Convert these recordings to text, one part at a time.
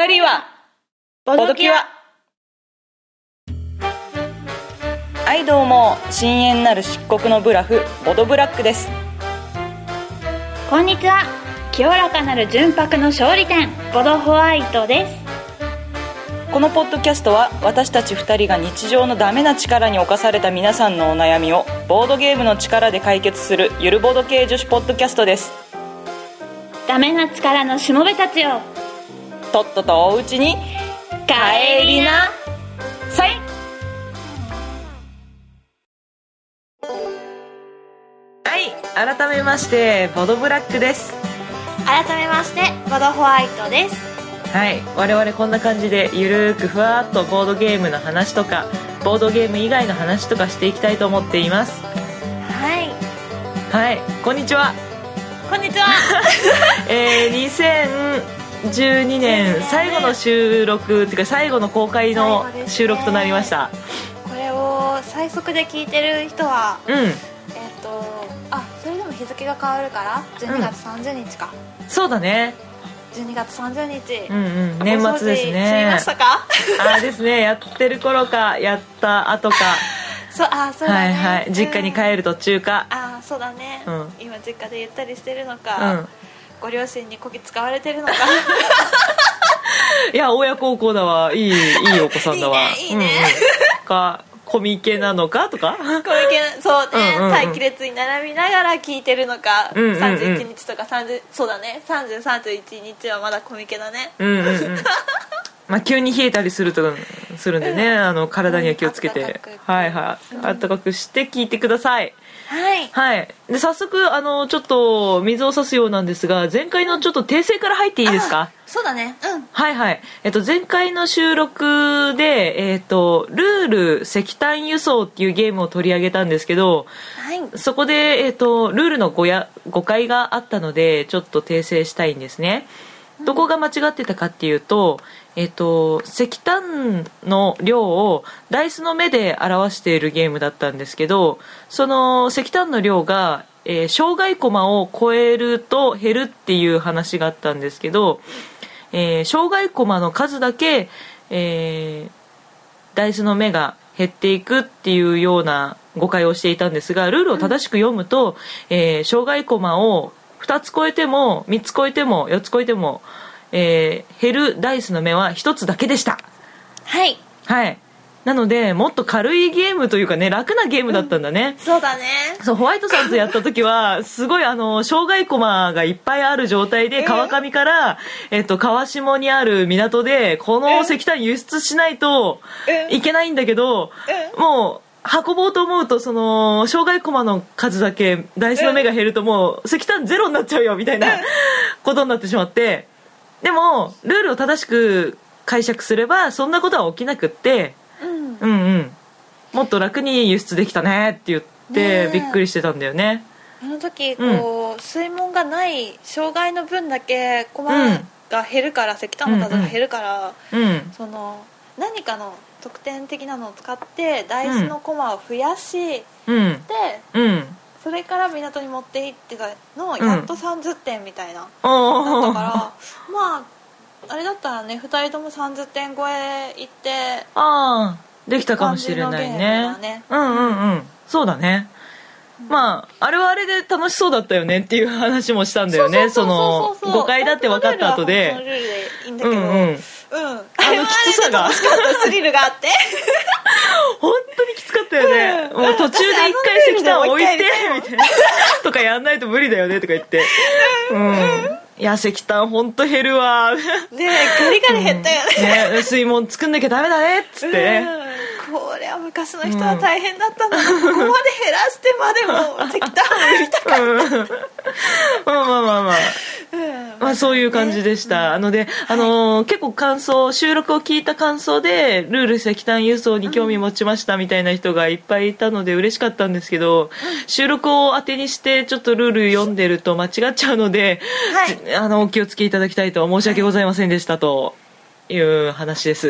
二人はボドキュア。はいどうも、深淵なる漆黒のブラフボドブラックです。 こんにちは、清らかなる純白の勝利点ボドホワイトです。 このポッドキャストは私たち2人が日常のダメな力に侵された皆さんのお悩みをボードゲームの力で解決するゆるボード系女子ポッドキャストです。 ダメな力のしもべたちよ、 とっととおうちに帰りなさい。はい、改めましてボドブラックです。 改めましてボドホワイトです。 はい、我々こんな感じでゆるーくふわーっとボードゲームの話とかボードゲーム以外の話とかしていきたいと思っています。 はいはい、こんにちは。 こんにちは。 2012年最後の収録っていうか最後の公開の収録となりました。 これを最速で聞いてる人はそれでも日付が変わるから12月30日か、 そうだね、 12月30日、 年末ですね。 済みましたか？ ですね、やってる頃かやった後か。 そうだね、 はい、実家に帰る途中か。 そうだね、今実家でゆったりしてるのか、ご両親にこき使われてるのか。 いや、親孝行だわ、いいお子さんだわ。 いいね、 かコミケなのかとか、 そうね、待機列に並びながら聞いてるのか、31日とかそうだね、30、31日はまだコミケだね。急に冷えたりするんでね、体には気をつけて、あったかくして聞いてください。はい、で早速ちょっと水を差すようなんですが、前回のちょっと訂正から入っていいですか？ そうだね、 前回の収録で、ルール石炭輸送っていうゲームを取り上げたんですけど、そこで、ルールの誤解があったのでちょっと訂正したいんですね。どこが間違ってたかっていうと、石炭の量をダイスの目で表しているゲームだったんですけど、その石炭の量が、障害駒を超えると減るっていう話があったんですけど、障害駒の数だけ、ダイスの目が減っていくっていうような誤解をしていたんですが、ルールを正しく読むと、障害駒を2つ超えても3つ超えても4つ超えても、減るダイスの目は1つだけでした。なのでもっと軽いゲームというかね、楽なゲームだったんだね。 そうだね。 そう、ホワイトさんとやった時はすごい障害駒がいっぱいある状態で川上から、川下にある港でこの石炭輸出しないといけないんだけど、もう運ぼうと思うとその障害駒の数だけダイスの目が減るともう石炭ゼロになっちゃうよみたいなことになってしまって、でもルールを正しく解釈すればそんなことは起きなくって、もっと楽に輸出できたねって言ってびっくりしてたんだよね。 あの時水門がない障害の分だけ駒が減るから、石炭の数が減るから、その何かの得点的なのを使ってダイスの駒を増やし、それから港に持って行ってたのをやっと30点みたいな、だったからあれだったらね、2人とも30点超えいってできたかもしれないね。そうだね。あれはあれで楽しそうだったよねっていう話もしたんだよね。その誤解だって分かった後で、 ルールでいいんだけど、 きつさがスリルがあって本当にきつかったよね。もう途中で一回石炭置いてみたいなとかやんないと無理だよねとか言って、いや石炭本当減るわね、 ガリガリ減ったよね。 水門作んなきゃダメだねっつってね、 これは昔の人は大変だったんだ、ここまで減らしてまでも石炭を売りたかったそういう感じでした。で、結構収録を聞いた感想でルール石炭輸送に興味持ちましたみたいな人がいっぱいいたので嬉しかったんですけど、収録を当てにしてちょっとルール読んでると間違っちゃうので、お気をつけいただきたいと、申し訳ございませんでしたという話です。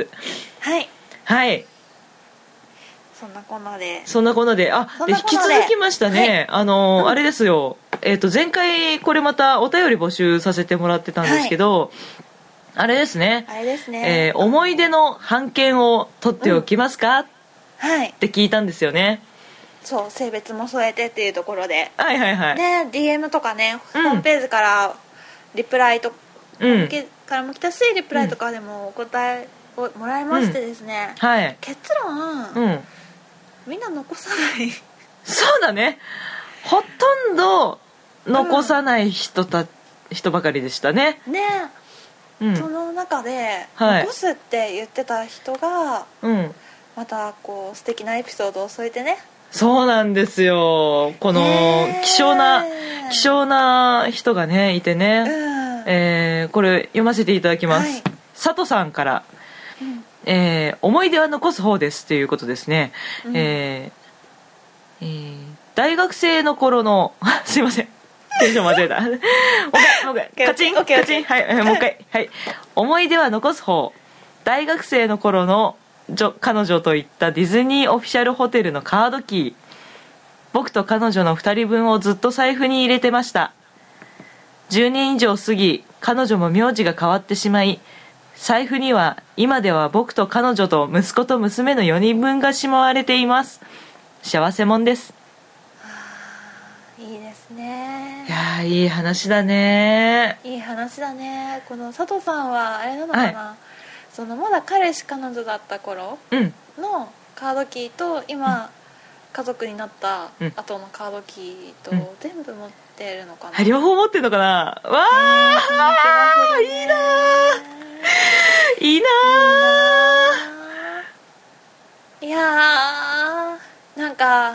そんなこんなで引き続きましたね、あれですよ、前回これまたお便り募集させてもらってたんですけど、 あれですね、 思い出の版権を取っておきますか、 はいって聞いたんですよね。 そう性別も添えてっていうところで、 はいはいはい、 ね、DM とかね、ホームページからリプライと、からも来たし、リプライとかでもお答えをもらいましてですね、 はい、 結論、みんな残さないそうだね、ほとんど残さない人ばかりでしたね。 ね、その中で、残すって言ってた人が、またこう素敵なエピソードを添えてね。 そうなんですよ、この希少な人がねいてね、これ読ませていただきます、佐藤さんから、思い出は残す方ですということですね、大学生の頃のすいませんテンション間違えたもう一回カチンカチン、はい、もう一回、はい、思い出は残す方、大学生の頃の彼女と行ったディズニーオフィシャルホテルのカードキー、僕と彼女の2人分をずっと財布に入れてました。10年以上過ぎ、彼女も名字が変わってしまい、財布には今では僕と彼女と息子と娘の4人分がしまわれています。幸せもんです。 いいですね。 いやいい話だね。 いい話だね。この佐藤さんはあれなのかな、そのまだ彼氏彼女だった頃のカードキーと今、家族になった後のカードキーと全部持ってるのかな、 両方持ってるのかな。わー、いいないいないやー、なんか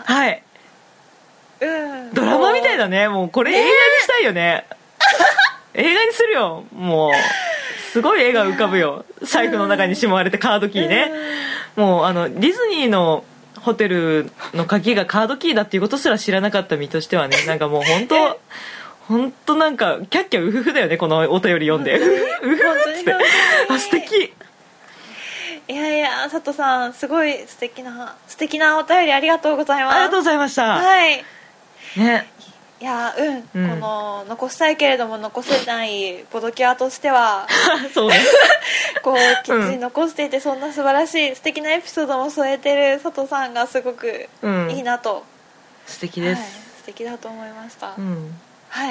ドラマみたいだね。もうこれ映画にしたいよね映画にするよ。もうすごい絵が浮かぶよ。財布の中にしまわれてカードキーね。もうディズニーのホテルの鍵がカードキーだっていうことすら知らなかった身としてはね、なんかもう本当なんかキャッキャウフフだよね、このお便り読んで。ウフフってあ、素敵。 いや佐藤さん、すごい素敵なお便りありがとうございます。 ありがとうございました。 はいね、 いやこの残したいけれども残せないボドキャーとしてはそうねこうきっちり残していて、そんな素晴らしい素敵なエピソードも添えてる佐藤さんがすごくいいなと、 素敵です、 素敵だと思いました、 はい、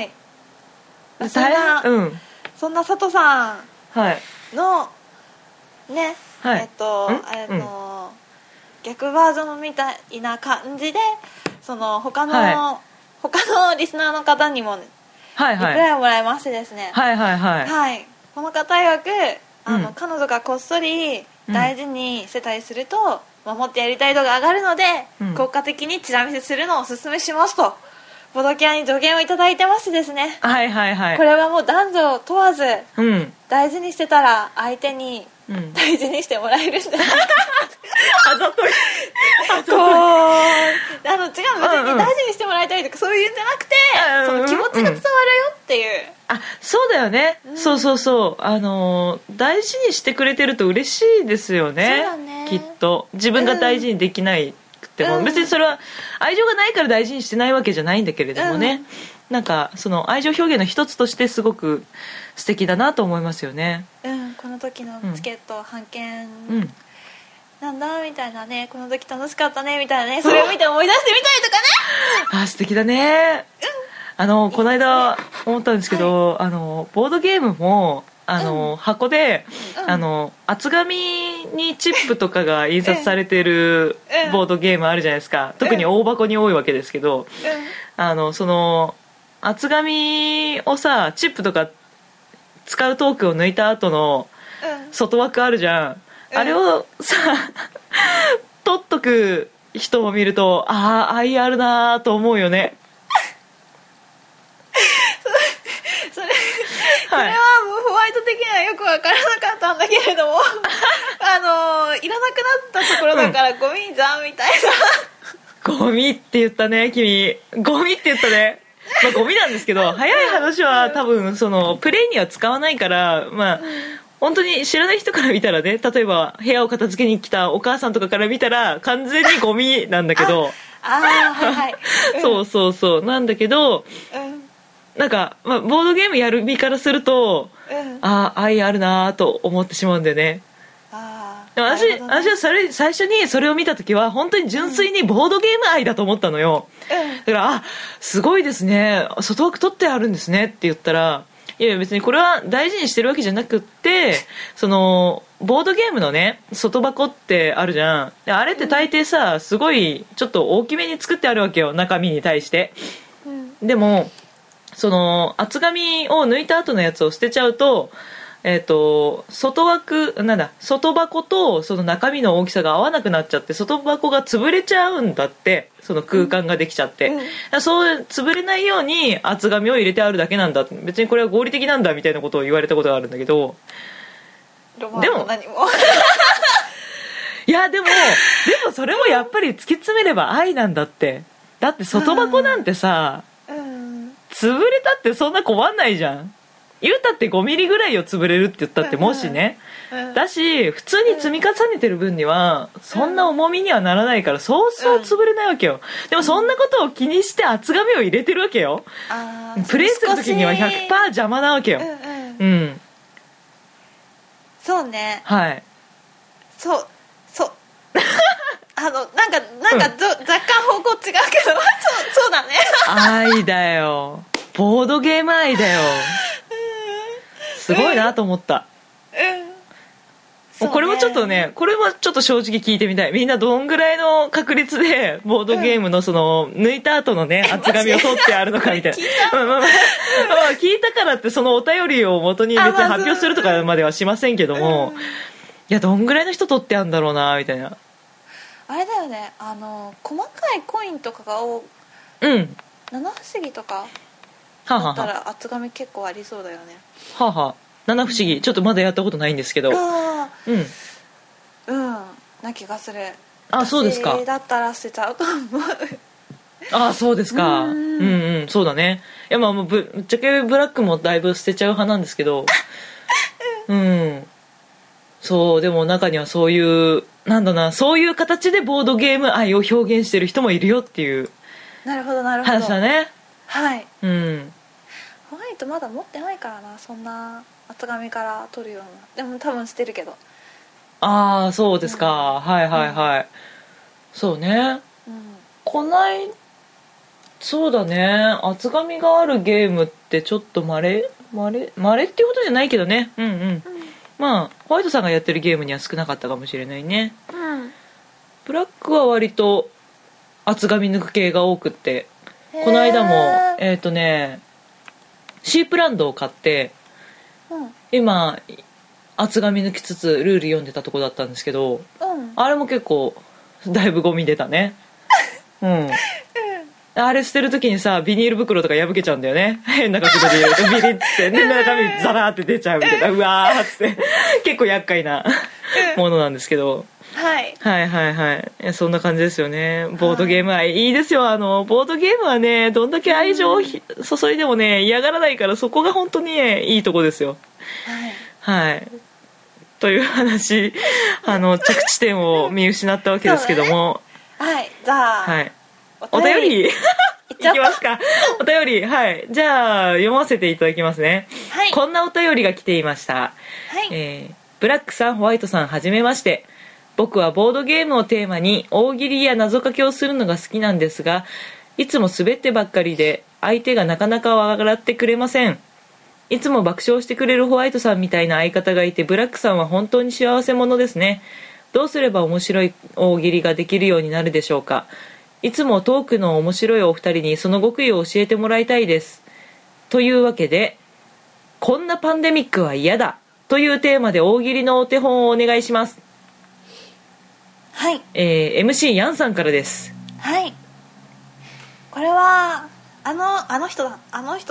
そんな佐藤さんの、ね、あれの逆バージョンみたいな感じで、その他のリスナーの方にも、リプライをもらいましてですね、この方曰く彼女がこっそり大事にしてたりすると、守ってやりたい度が上がるので、効果的にチラ見せするのをおすすめしますとボドキャに助言をいただいてましてですね、これはもう男女問わず、大事にしてたら相手に大事にしてもらえるんじゃないかあざとい違う、別に大事にしてもらいたいとかそういうんじゃなくて、その気持ちが伝わるよっていう、 そうだよね、そう大事にしてくれてると嬉しいですよね。きっと自分が大事にできないくても、別にそれは愛情がないから大事にしてないわけじゃないんだけれどもね、なんかその愛情表現の一つとしてすごく素敵だなと思いますよね。 この時のチケット半券、なんだみたいなね、この時楽しかったねみたいなね、それを見て思い出してみたりとかね素敵だね。この間思ったんですけど、ボードゲームも箱で、厚紙にチップとかが印刷されてるボードゲームあるじゃないですか。特に大箱に多いわけですけど、その厚紙をさ、チップとか使うトークを抜いた後の外枠あるじゃん、あれをさ取っとく人を見ると、愛あるなと思うよねそれはもうホワイト的にはよく分からなかったんだけれどもいらなくなったところだからゴミじゃんみたいなゴミって言ったね君、ゴミって言ったね。ゴミなんですけど、早い話は多分そのプレイには使わないから、本当に知らない人から見たらね、例えば部屋を片付けに来たお母さんとかから見たら完全にゴミなんだけどそうなんだけど、なんか、ボードゲームやる身からすると愛あるなと思ってしまうんだよね。でも私は最初にそれを見た時は本当に純粋にボードゲーム愛だと思ったのよ、だからすごいですね、外枠取ってあるんですねって言ったら、いや別にこれは大事にしてるわけじゃなくって、そのボードゲームのね外箱ってあるじゃん。であれって大抵さ、すごいちょっと大きめに作ってあるわけよ、中身に対して、でもその厚紙を抜いた後のやつを捨てちゃうと、外箱とその中身の大きさが合わなくなっちゃって、外箱が潰れちゃうんだって、その空間ができちゃって、そう潰れないように厚紙を入れてあるだけなんだ、別にこれは合理的なんだみたいなことを言われたことがあるんだけど、 でもいやでもそれもやっぱり突き詰めれば愛なんだって。だって外箱なんてさ、潰れたってそんな困んないじゃん。言うたって5ミリぐらいを潰れるって言ったってもしね、だし普通に積み重ねてる分にはそんな重みにはならないからそうそう潰れないわけよ。でもそんなことを気にして厚紙を入れてるわけよ。プレイする時には 100% 邪魔なわけよ。 そうね、 はい、 そうなんか若干方向違うけどそうだね愛だよ、ボードゲーム愛だよ。すごいなと思った、これもちょっとね、これもちょっと正直聞いてみたい。みんなどんぐらいの確率でボードゲームのその抜いた後のね厚紙を取ってあるのかみたいな聞いたからってそのお便りを元に別に発表するとかまではしませんけども、いやどんぐらいの人取ってあるんだろうなみたいな。 あれだよね、細かいコインとかが七不思議とかだったら厚紙結構ありそうだよね。 七不思議ちょっとまだやったことないんですけど、 な気がする。 そうですか。 私だったら捨てちゃうと思う。 そうですか。そうだね。いやもうぶっちゃけブラックもだいぶ捨てちゃう派なんですけどそう、でも中にはそういうそういう形でボードゲーム愛を表現してる人もいるよっていう話だね。 はい。ホワイトまだ持ってないからな、そんな厚紙から取るような。でも多分捨てるけど。 そうですか。そうね。そうだね、厚紙があるゲームってちょっと稀っていうことじゃないけどね。まあホワイトさんがやってるゲームには少なかったかもしれないね。ブラックは割と厚紙抜く系が多くって、この間もシープランドを買って、今厚紙抜きつつルール読んでたとこだったんですけど、あれも結構だいぶゴミ出たね。あれ捨てる時にさ、ビニール袋とか破けちゃうんだよね。変な角度で入れるとビリッつって、中身ザラーって出ちゃうみたいな、うわーっつって結構厄介なものなんですけど、はいそんな感じですよね。ボードゲーム愛いいですよ。ボードゲームはね、どんだけ愛情を注いでもね嫌がらないから、そこが本当にねいいとこですよ。という話、着地点を見失ったわけですけども、 じゃあ、 お便りいきますか。お便り、じゃあ読ませていただきますね。こんなお便りが来ていました。ブラックさん、ホワイトさん、はじめまして。僕はボードゲームをテーマに大喜利や謎かけをするのが好きなんですが、いつも滑ってばっかりで相手がなかなか笑ってくれません。いつも爆笑してくれるホワイトさんみたいな相方がいて、ブラックさんは本当に幸せ者ですね。どうすれば面白い大喜利ができるようになるでしょうか。いつもトークの面白いお二人にその極意を教えてもらいたいです。というわけで、こんなパンデミックは嫌だというテーマで大喜利のお手本をお願いします。MC ヤンさんからです。 これはあの人だ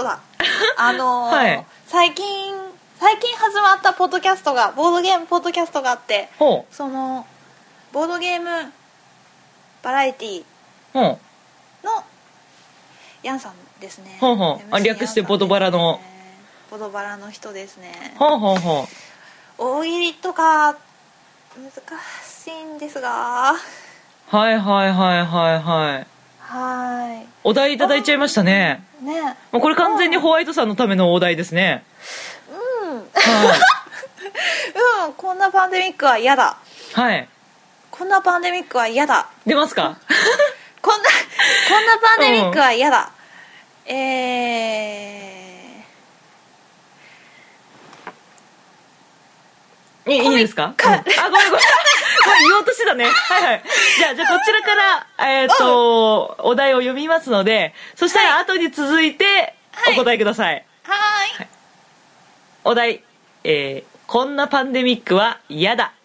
最近始まったボードゲームポッドキャストがあって、そのボードゲームバラエティのヤンさんですね。 略してボドバラの人ですね。 大喜利とか難しいんですが、 お題いただいちゃいましたね。もうこれ完全にホワイトさんのためのお題ですね。 はいうん、こんなパンデミックは嫌だ。 はい。 こんなパンデミックは嫌だ。 出ますか？ こんなパンデミックは嫌だ。 いいですか？ごめん言おうとしてたね。はいはい。じゃあこちらからお題を読みますので、そしたら後に続いてお答えください。 はい。 お題、こんなパンデミックは嫌だ。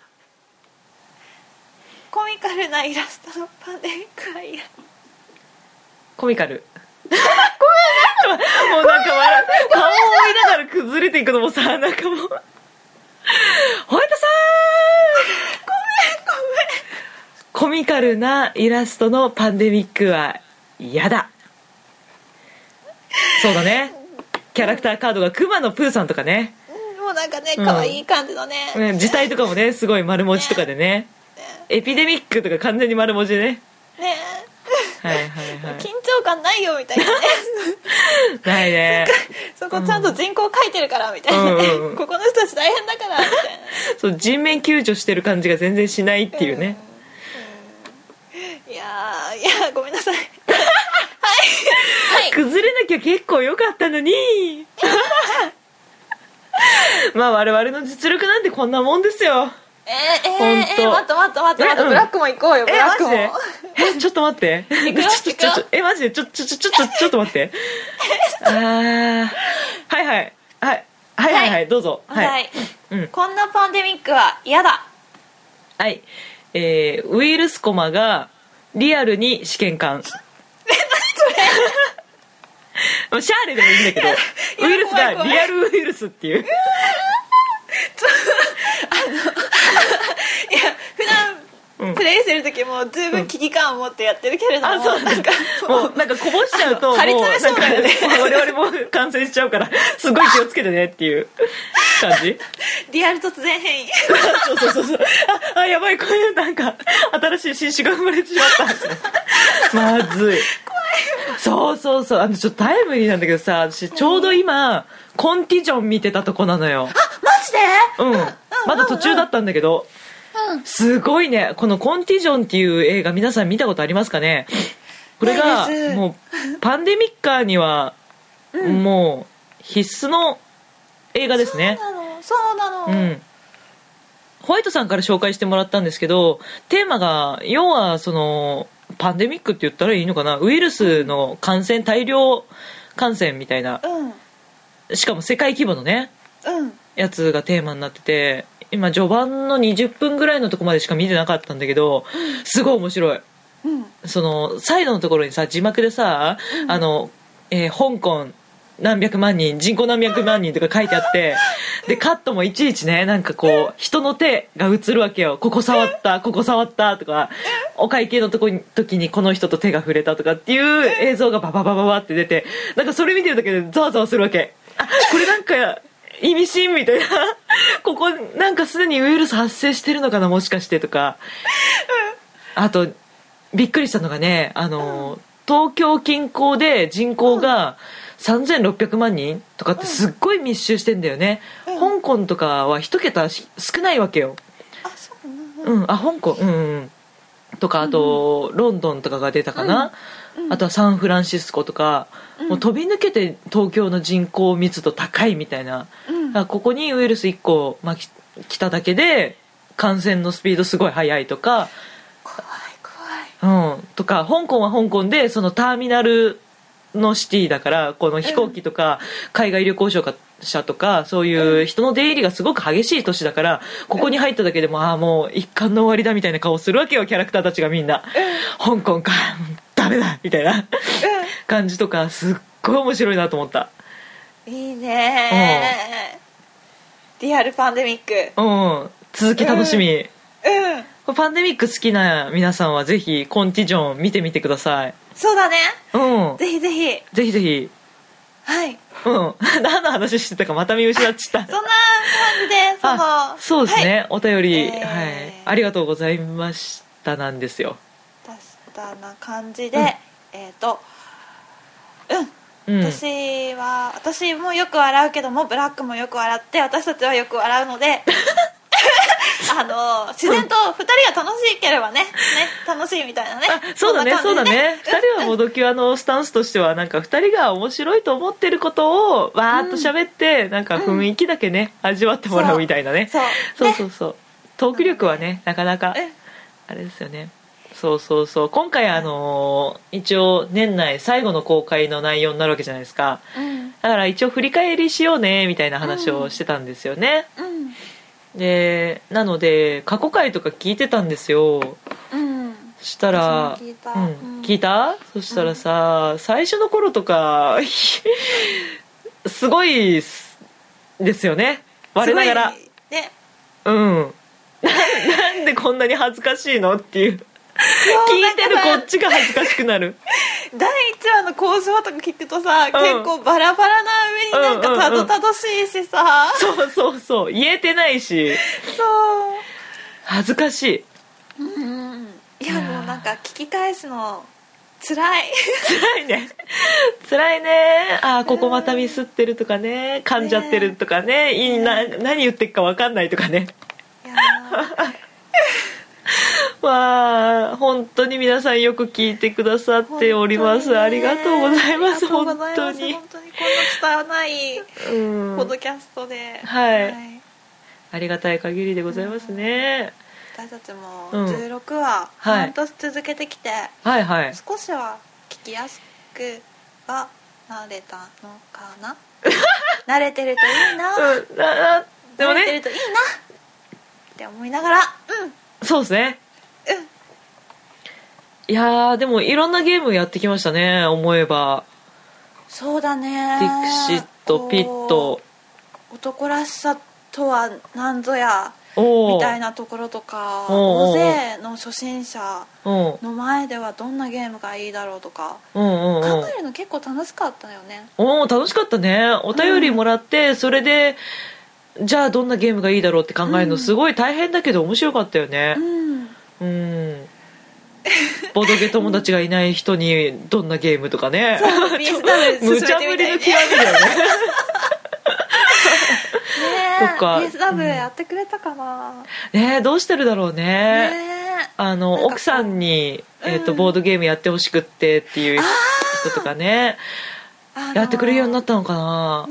コミカルなイラストのパンデミックは嫌だ。 コミカル。ごめんもうなんか顔を追いながら崩れていくのもさ、なんかもうホワイトさん、 ごめん。 コミカルなイラストのパンデミックは嫌だ。そうだね。キャラクターカードがクマのプーさんとかね。 もうなんかね、可愛い感じのね。 字体とかもね、すごい丸文字とかでね。エピデミックとか完全に丸文字でね。 ね。 はいはいはい。 緊張感ないよみたいなね。 ないね。 そこちゃんと人口書いてるからみたいなね。ここの人たち大変だからみたいな。 そう、人面救助してる感じが全然しないっていうね。 いやごめんなさい。はい。 崩れなきゃ結構良かったのに。まあ我々の実力なんてこんなもんですよ。 待ってブラックも行こうよ。ブラックも。 ちょっと待って。マジでちょっと待って。はいどうぞ。 はい。こんなパンデミックは嫌だ。 はい。ウイルスコマがリアルに試験官。 何それ。 シャーレでもいいんだけど、ウイルスがリアルウイルスっていう。 いや普段プレイしてる時も十分危機感を持ってやってるけれども、 そうなんかもうなんかこぼしちゃうと張り詰めそうだよね。 我々も感染しちゃうからすごい気をつけてねっていう感じ。 リアル突然変異。 そうやばい、こういうなんか新しい新種が生まれてしまったまずい。怖い。そうちょっとタイムリーなんだけどさ、私ちょうど今コンティジョン見てたとこなのよ。 マジで？ まだ途中だったんだけど、すごいね。このコンティジョンっていう映画、皆さん見たことありますかね？これがもうパンデミッカーにはもう必須の映画ですね。 そうなの。 ホワイトさんから紹介してもらったんですけど、テーマが要はそのパンデミックって言ったらいいのかな、ウイルスの感染、大量感染みたいな、しかも世界規模のね、やつがテーマになってて、今序盤の20分ぐらいのとこまでしか見てなかったんだけど、すごい面白い。そのサイドのところにさ、字幕でさ、香港何百万人、人口何百万人とか書いてあって、でカットもいちいちね、なんかこう人の手が映るわけよ。ここ触ったとか、お会計の時にこの人と手が触れたとかっていう映像がバババババって出て、なんかそれ見てるだけでザワザワするわけ。これなんか意味深みたいな。ここなんかすでにウイルス発生してるのかな、もしかしてとか。あとびっくりしたのがね、東京近郊で人口が3600万人とかってすっごい密集してんだよね。香港とかは一桁少ないわけよ。香港とか、あとロンドンとかが出たかな、あとはサンフランシスコとか、もう飛び抜けて東京の人口密度高いみたいな、ここにウイルス1個、来ただけで感染のスピードすごい速いとか、とか、香港は香港でそのターミナルのシティだから、この飛行機とか海外旅行者とかそういう人の出入りがすごく激しい都市だから、ここに入っただけでももう一巻の終わりだみたいな顔するわけよ、キャラクターたちがみんな。香港かダメだみたいな感じとか、すっごい面白いなと思った。 いいね。リアルパンデミック。 続き楽しみ。パンデミック好きな皆さんはぜひコンティジョン見てみてください。 そうだね。ぜひぜひ。はい。 何の話してたかまた見失っちゃった。 そんな感じで、 そうですね、お便り、ありがとうございましたなんですよ。 な感じで、 私もよく笑うけどもブラックもよく笑って私たちはよく笑うので自然と2人が楽しければね楽しいみたいなね。 そうだねそうだね。2人はボドキュアのスタンスとしてはなんか2人が面白いと思ってることをわーっと喋って、なんか雰囲気だけね、味わってもらうみたいなね。そうトーク力はねなかなかあれですよね。そう今回一応年内最後の公開の内容になるわけじゃないですか、だから一応振り返りしようねみたいな話をしてたんですよね、でなので過去回とか聞いてたんですよ、したら聞いた？そしたらさ、最初の頃とかすごいですよね、我ながらね、 なんでこんなに恥ずかしいのっていう聞いてるこっちが恥ずかしくなる。 第1話の交渉とか聞くとさ、結構バラバラな上になんかたどたどしいしさ、 そう言えてないし、恥ずかしい。 いやもうなんか聞き返すのつらいねここまたミスってるとかね、噛んじゃってるとかね、何言ってっか分かんないとかね。いやまあ本当に皆さんよく聞いてくださっております、ありがとうございます。本当にこんな伝わないポッドキャストで、 ありがたい限りでございますね。 私たちも16話半年続けてきて、少しは聞きやすくはなれたのかな慣れてるといいな、でもね慣れてるといいなって思いながら、 そうですね。いやでもいろんなゲームやってきましたね、思えば。 そうだね。 ディクシット、ピット、 男らしさとは何ぞやみたいなところとか、大勢の初心者の前ではどんなゲームがいいだろうとか考えるの結構楽しかったよね。 楽しかったね。お便りもらって、それでじゃあどんなゲームがいいだろうって考えるのすごい大変だけど面白かったよね。ボドゲ友達がいない人にどんなゲームとかね、無茶ぶりの極みだよね。 とか PSW やってくれたかな、 どうしてるだろうね。奥さんに、ボードゲームやってほしくってっていう人とかね、やってくれるようになったのかな。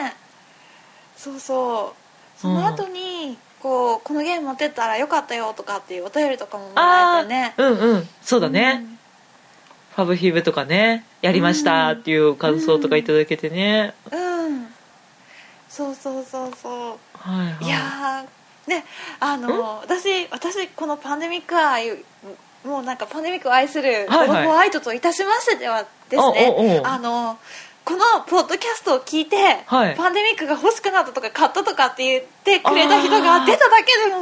その後にこのゲーム持ってったらよかったよとかっていうお便りとかももらえてね。そうだね、ファブヒブとかね、やりましたっていう感想とかいただけてね。そういやね、私このパンデミック愛、もうなんかパンデミックを愛するホワイトといたしましてではですね、このポッドキャストを聞いて、パンデミックが欲しくなったとか買ったとかって言ってくれた人が出ただけでも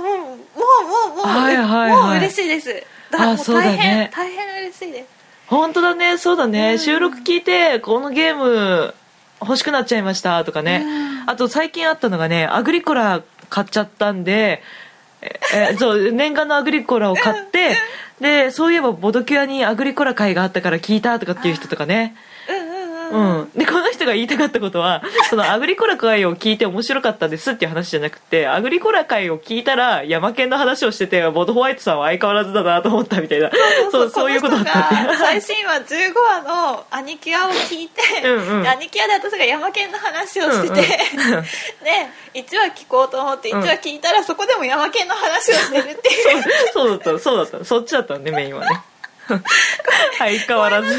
もう嬉しいです。だからもう大変嬉しいです。本当だね。そうだね、収録聞いてこのゲーム欲しくなっちゃいましたとかね、あと最近あったのがね、アグリコラ買っちゃったんで、そう念願のアグリコラを買ってでそういえばボドキュアにアグリコラ会があったから聞いたとかっていう人とかね。でこの人が言いたかったことは、そのアグリコラ会を聞いて面白かったですっていう話じゃなくて、アグリコラ会を聞いたらヤマケンの話をしてて、ボドホワイトさんは相変わらずだなと思ったみたいな、そういうことだったって。最新話15話のアニキュアを聞いてアニキュアで私がヤマケンの話をしてて、で1話聞こうと思って1話聞いたら、そこでもヤマケンの話をしてるっていうそうだった、そっちだったね、メインはね。相変わらず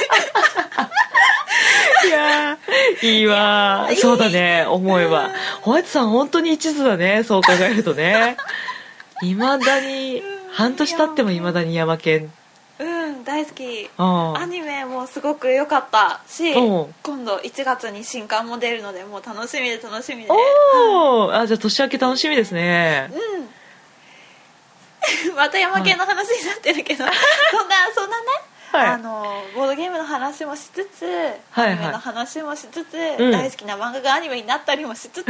いやいいわ。そうだね、思えばホワイトさん本当に一途だね、そう考えるとね。いまだに半年経ってもいまだにヤマケン大好き。アニメもすごく良かったし、今度1月に新刊も出るのでもう楽しみで。じゃあ年明け楽しみですね。またヤマケンの話になってるけど、そんなね、ボードゲームの話もしつつ、アニメの話もしつつ、大好きな漫画がアニメになったりもしつつ、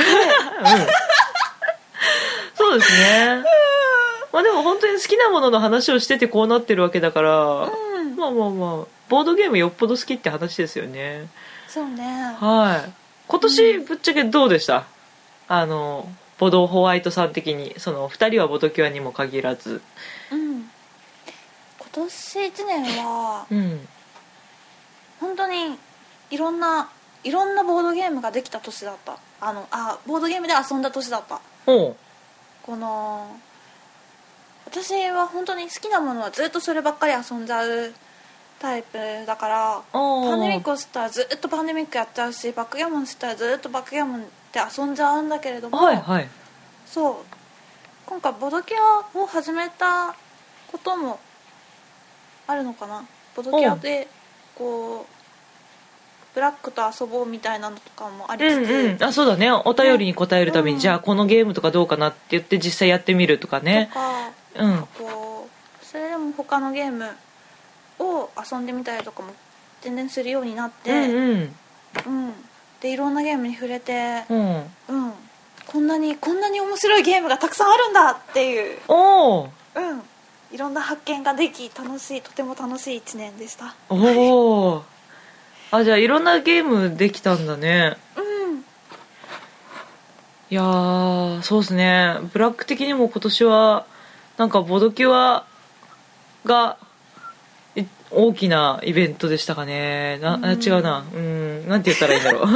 そうですね。まあでも本当に好きなものの話をしててこうなってるわけだから、まあボードゲームよっぽど好きって話ですよね。 そうね。 はい。今年ぶっちゃけどうでした？ボドホワイトさん的に、その2人はボドキュアにも限らず。 うん。今年1年は、本当にいろんなボードゲームができた年だった。ボードゲームで遊んだ年だった。 おこの私は本当に好きなものはずっとそればっかり遊んじゃうタイプだから、パンデミックを知ったらずっとパンデミックやっちゃうし、バックギャモン知ったらずっとバックギャモンで遊んじゃうんだけれども、 はいはい、 そう今回ボドキャを始めたこともあるのかな。ボドキャでこうブラックと遊ぼうみたいなのとかもありつつ、 あ、そうだね、お便りに答えるために、じゃあこのゲームとかどうかなって言って実際やってみるとかねとか、こうそれでも他のゲームを遊んでみたりとかも全然するようになって、でいろんなゲームに触れて、こんなに面白いゲームがたくさんあるんだっていう、いろんな発見ができ、とても楽しい1年でした。 おーじゃあいろんなゲームできたんだね。いやー、そうですね、ブラック的にも今年はなんかボドキュアが大きなイベントでしたかね。違うな、なんて言ったらいいんだろう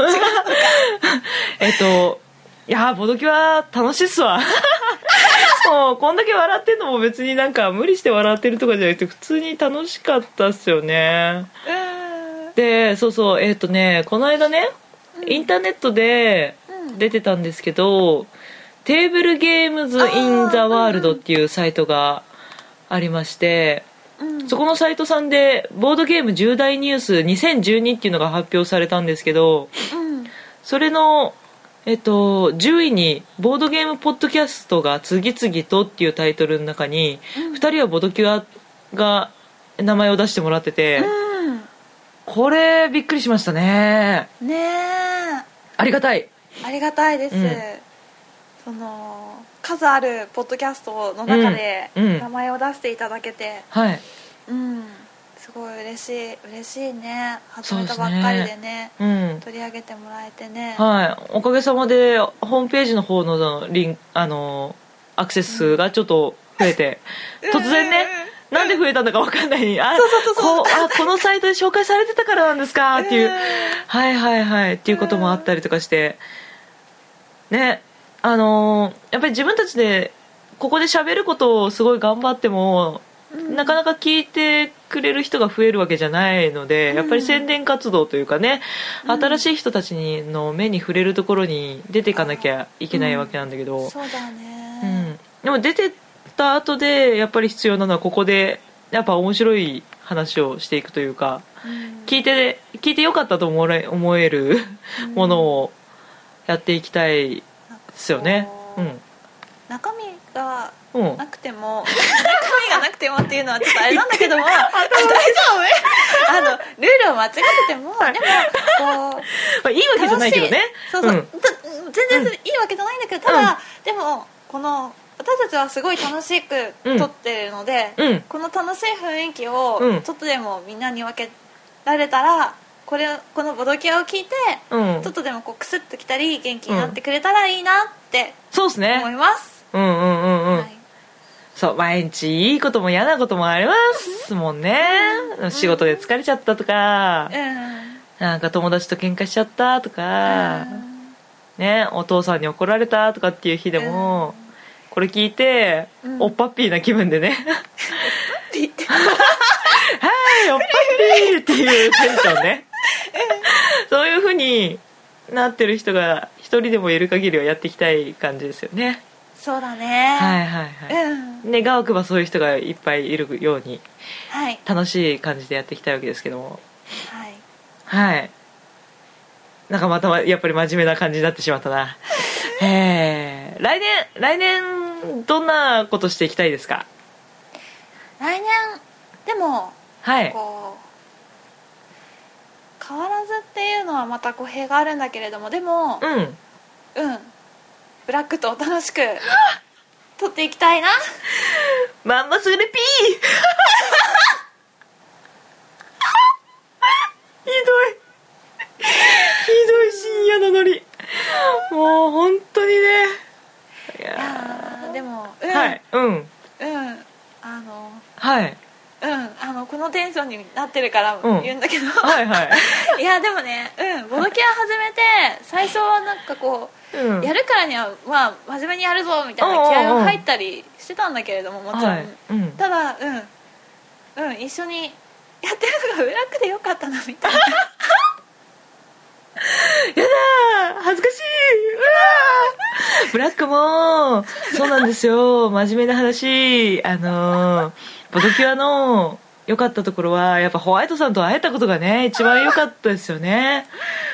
いやー、ボドキュア楽しいっすわもうこんだけ笑ってんのも別になんか無理して笑ってるとかじゃなくて普通に楽しかったっすよね。で、そうそう、この間ね、インターネットで出てたんですけど、テーブルゲームズ・イン・ザ・ワールドっていうサイトがありまして、そこのサイトさんでボードゲーム重大ニュース2012っていうのが発表されたんですけど、それの、10位にボードゲームポッドキャストが次々とっていうタイトルの中に、2人はボドキュアが名前を出してもらってて、これびっくりしましたね。ありがたいです、その数あるポッドキャストの中で名前を出していただけて、すごい嬉しいね。始めたばっかりでね、取り上げてもらえてね、 おかげさまでホームページの方のアクセス数がちょっと増えて、突然ね、なんで増えたんだか分かんない、このサイトで紹介されてたからなんですかっていう、っていうこともあったりとかしてね、やっぱり自分たちでここで喋ることをすごい頑張っても、なかなか聞いてくれる人が増えるわけじゃないので、やっぱり宣伝活動というかね、新しい人たちの目に触れるところに出ていかなきゃいけないわけなんだけど、 そうだね、 でも出てった後でやっぱり必要なのは、ここでやっぱ面白い話をしていくというか、聞いてよかったと思えるものをやっていきたいですよね。 中身がなくても、中身がなくてもっていうのはちょっとあれなんだけども大丈夫ルールを間違ってても、でもこういいわけじゃないけどね。 全然いいわけじゃないんだけど、ただ、でもこの私たちはすごい楽しく撮ってるので、この楽しい雰囲気をちょっとでもみんなに分けられたら、このボドキャを聞いて、ちょっとでもこうクスッときたり元気になってくれたらいいなって思います。 そう、毎日いいことも嫌なこともありますもんね。仕事で疲れちゃったとか、なんか友達と喧嘩しちゃったとか、ね、お父さんに怒られたとかっていう日でも、これ聞いて、おっぱっぴーな気分でねはい、おっぱっぴーっていうテンションねそういう風になってる人が一人でもいる限りはやっていきたい感じですよね。 そうだね。 願わくばそういう人がいっぱいいるように、楽しい感じでやっていきたいわけですけども、なんかまたやっぱり真面目な感じになってしまったな来年どんなことしていきたいですか？ 来年でも、こう変わらずっていうのはまた語弊があるんだけれども、でもブラックと楽しく撮っていきたいな。 まんますぐれピーひどいそうになってるから言うんだけど、 はいはいいやでもね、ボドキャ始めて最初はなんかこう、やるからにはまあ真面目にやるぞみたいな気合が入ったりしてたんだけれども、もちろん、はい、ただ一緒にやってるのがブラックでよかったなみたいなやだー恥ずかしい、うわーブラックもそうなんですよ真面目な話、ボドキュアの良かったところはやっぱホワイトさんと会えたことがね一番良かったですよね。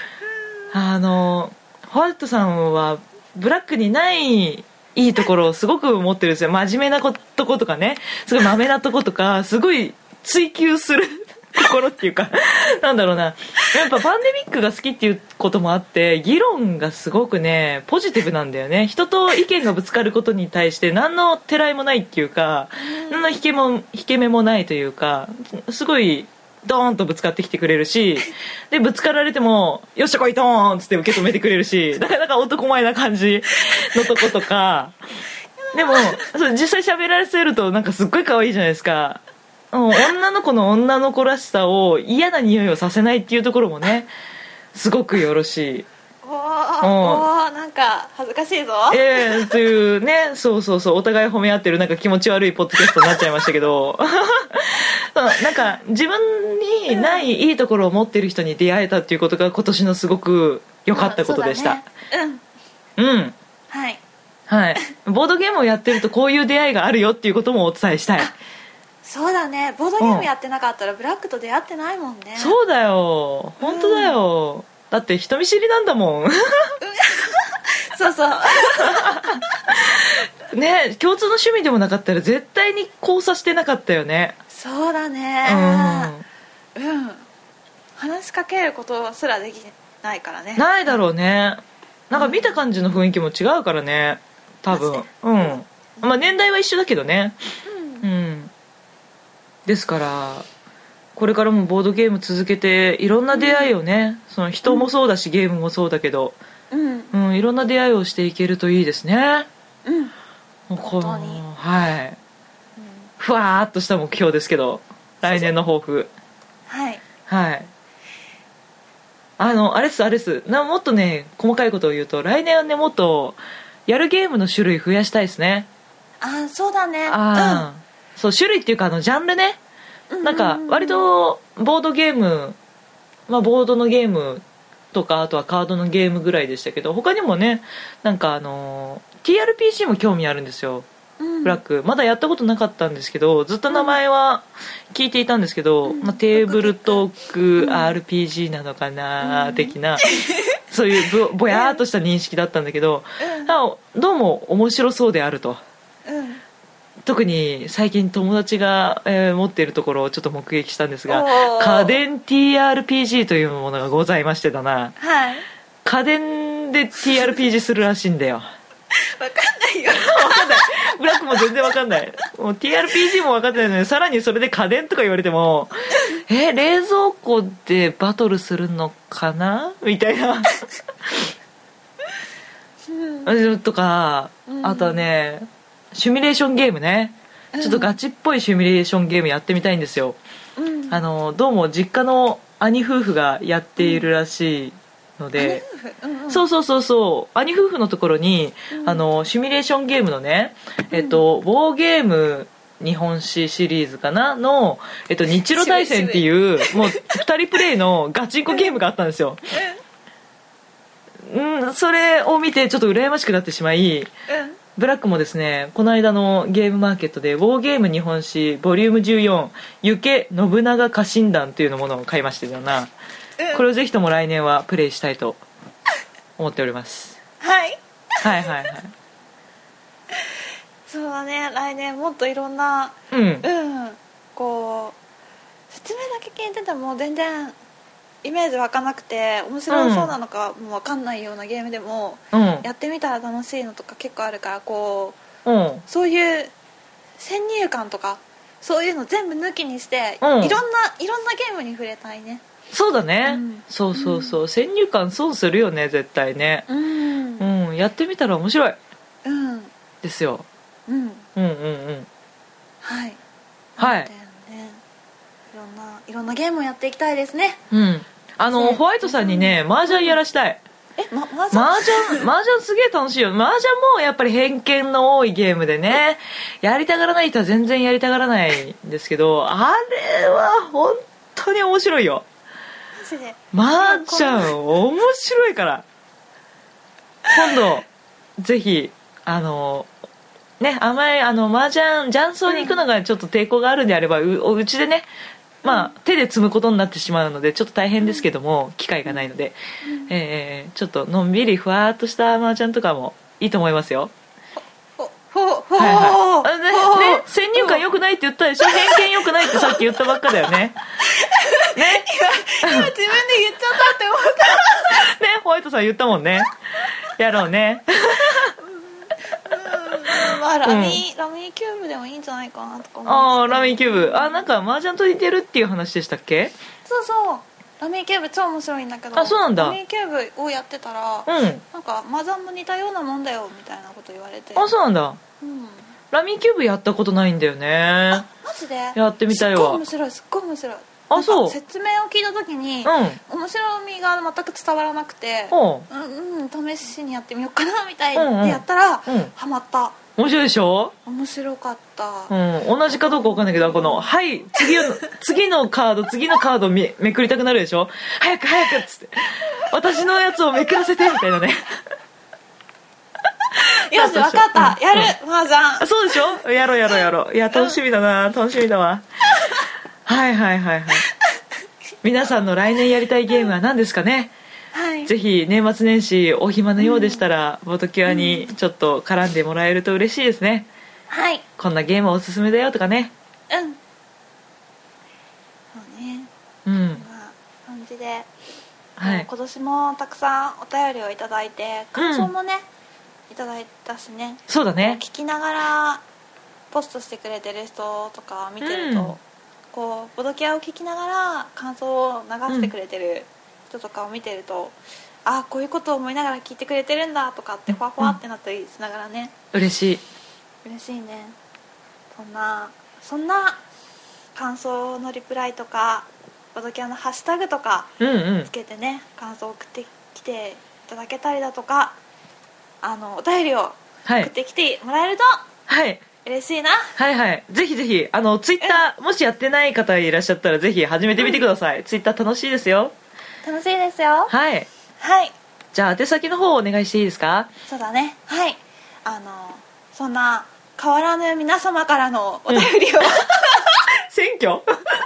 ホワイトさんはブラックにないいいところをすごく持ってるんですよ。真面目なとことかね、すごいマメなとことか、すごい追求する心っていうかなんだろうな、やっぱパンデミックが好きっていうこともあって議論がすごくねポジティブなんだよね。人と意見がぶつかることに対して何のてらいもないっていうか、何の引け目もないというか、すごいドーンとぶつかってきてくれるし、でぶつかられてもよっしゃ来いドーンっつって受け止めてくれるし、なかなか男前な感じのとことかでも実際喋らせるとなんかすっごい可愛いじゃないですか。女の子の女の子らしさを嫌な匂いをさせないっていうところもねすごくよろしい。 なんか恥ずかしいぞというね、そうお互い褒め合ってるなんか気持ち悪いポッドキャストになっちゃいましたけどなんか自分にないいいところを持ってる人に出会えたっていうことが今年のすごく良かったことでした。 はいはい、ボードゲームをやってるとこういう出会いがあるよっていうこともお伝えしたい。 そうだね、ボードゲームやってなかったらブラックと出会ってないもんね。 そうだよ、本当だよ、だって人見知りなんだもんそうね、共通の趣味でもなかったら絶対に交差してなかったよね。 そうだね、話しかけることすらできないからね。 ないだろうね、なんか見た感じの雰囲気も違うからね多分。まあ年代は一緒だけどね。ですからこれからもボードゲーム続けていろんな出会いをね、その人もそうだしゲームもそうだけど、いろんな出会いをしていけるといいですね。本当にはい、ふわーっとした目標ですけど来年の抱負。はいあれっすもっとね細かいことを言うと来年はねもっとやるゲームの種類増やしたいですね。 そうだね。 そう種類っていうかジャンルね、なんか割とボードゲーム、ボードのゲームとかあとはカードのゲームぐらいでしたけど、他にもねなんかTRPG も興味あるんですよ。ブラックまだやったことなかったんですけどずっと名前は聞いていたんですけど、テーブルトーク RPG なのかな的なそういうぼやーっとした認識だったんだけど、どうも面白そうであると。特に最近友達が、持っているところをちょっと目撃したんですが、家電 TRPG というものがございましてだな、家電で TRPG するらしいんだよ。 分かんないよ分かんない、ブラックも全然分かんない、もう TRPG も分かんないのにさらにそれで家電とか言われても冷蔵庫でバトルするのかなみたいなとか、あとはねシミュレーションゲームね、ちょっとガチっぽいシミュレーションゲームやってみたいんですよ。どうも実家の兄夫婦がやっているらしいので、そう兄夫婦のところに、シミュレーションゲームのね、ウォーゲーム日本史シリーズかなの、日露大戦っていうもう2人プレイのガチンコゲームがあったんですよ。それを見てちょっと羨ましくなってしまい、ブラックもですねこの間のゲームマーケットでウォーゲーム日本史ボリューム14行け信長家臣団というのものを買いましてだな、これをぜひとも来年はプレイしたいと思っております。はいそうだね、来年もっといろんなこう説明だけ聞いてても全然イメージ湧かなくて面白そうなのかも分かんないようなゲームでも、やってみたら楽しいのとか結構あるから、こう、そういう先入観とかそういうの全部抜きにして、いろんなゲームに触れたいね。 そうだね、そう先入観損するよね絶対ね。やってみたら面白い、ですよ。はい、 いろろんなゲームをやっていきたいですね。 ホワイトさんにね麻雀やらしたい。麻雀すげえ楽しいよ。麻雀もやっぱり偏見の多いゲームでね、やりたがらない人は全然やりたがらないんですけど、あれは本当に面白いよ。麻雀面白いから、今度ぜひあんまり麻雀雀荘に行くのがちょっと抵抗があるんであれば、うちでね、手で積むことになってしまうのでちょっと大変ですけども、機会がないので、ちょっとのんびりふわっとした麻雀とかもいいと思いますよ。先入観良くないって言ったでしょ。偏見良くないってさっき言ったばっかだよね。 今自分で言っちゃったって思ったね、ホワイトさん言ったもんね。やろうね。 ラミーキューブでもいいんじゃないかなとか思って。 ラミーキューブ、なんか麻雀と似てるっていう話でしたっけ。 そうラミーキューブ超面白いんだけど。 そうなんだ。 ラミーキューブをやってたら、なんか麻雀も似たようなもんだよみたいなこと言われて。 そうなんだ。ラミーキューブやったことないんだよね。 マジでやってみたいわ。 すっごい面白い。 そう。 説明を聞いた時に、面白みが全く伝わらなくて、試しにやってみようかなみたいでやったら、ハマった。 面白いでしょ。 面白かった。 同じかどうか分かんないけど、この次のカードめくりたくなるでしょ。早くっつって、私のやつをめくらせてみたいなね。 よし、分かった、やる、麻雀。 そうでしょ。やろう。いや、楽しみだわ。はい皆さんの来年やりたいゲームは何ですかね。ぜひ年末年始お暇のようでしたら、ボトキュアにちょっと絡んでもらえると嬉しいですね。こんなゲームおすすめだよとかね。 そうね。こんな感じで、今年もたくさんお便りをいただいて、感想もね、いただいたしね。 そうだね。 聞きながらポストしてくれてる人とか見てると、ボドキャを聞きながら感想を流してくれてる人とかを見てると、こういうことを思いながら聞いてくれてるんだとかってふわふわってなったりしながらね、 嬉しいね。そんな感想のリプライとかボドキャのハッシュタグとかつけてね、感想を送ってきていただけたりだとか、お便りを送ってきてもらえると嬉しいな。 ぜひぜひツイッター、もしやってない方いらっしゃったらぜひ始めてみてください。ツイッター楽しいですよ。じゃあ宛先の方お願いしていいですか。 そうだね。そんな変わらぬ皆様からのお便りを、 選挙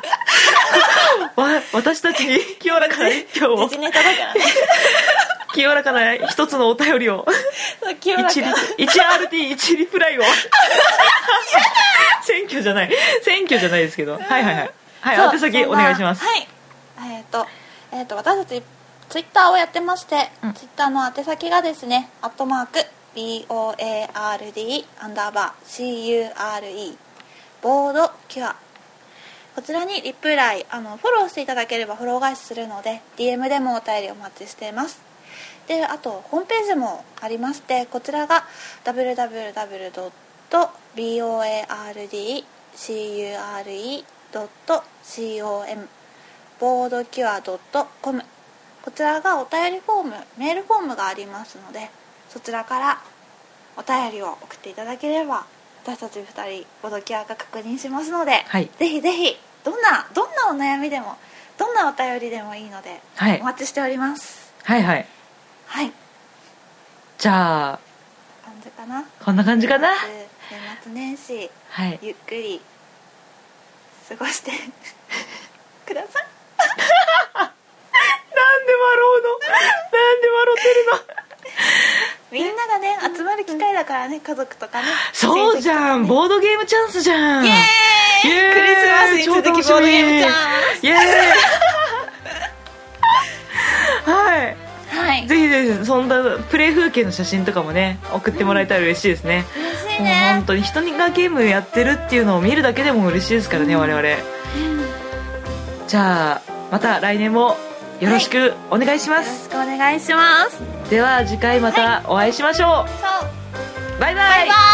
私たちに清らかな一票を、 自ネタだからね。 清らかな一つのお便りを、1RT1 リプライを選挙じゃないですけど、宛先お願いします。 私たちツイッターをやってまして、ツイッターの宛先がですね、@BOARD_CURE ボードキュア、こちらにリプライフォローしていただければフォロー返しするので、 DM でもお便りお待ちしています。で、あとホームページもありまして、こちらが www.boardcure.com ボードキュア .com、 こちらがお便りフォーム、メールフォームがありますので、そちらからお便りを送っていただければ、私たち2人ボードキュアが確認しますので、ぜひぜひどんなお悩みでもどんなお便りでもいいので、お待ちしております。 じゃあこんな感じかな。 年末年始、ゆっくり過ごしてください。 なんで笑ってるの。 みんながね集まる機会だからね、家族とかね。 そうじゃん、ボードゲームチャンスじゃん。 イエーイ、クリスマスに続きボードゲームチャンス。 イエーイ。ぜひぜひそんなプレイ風景の写真とかもね送ってもらえたら嬉しいですね。 嬉しいね。 本当に人がゲームやってるっていうのを見るだけでも嬉しいですからね、我々。じゃあまた来年もよろしくお願いします。 よろしくお願いします。 では次回またお会いしましょう。バイバイ。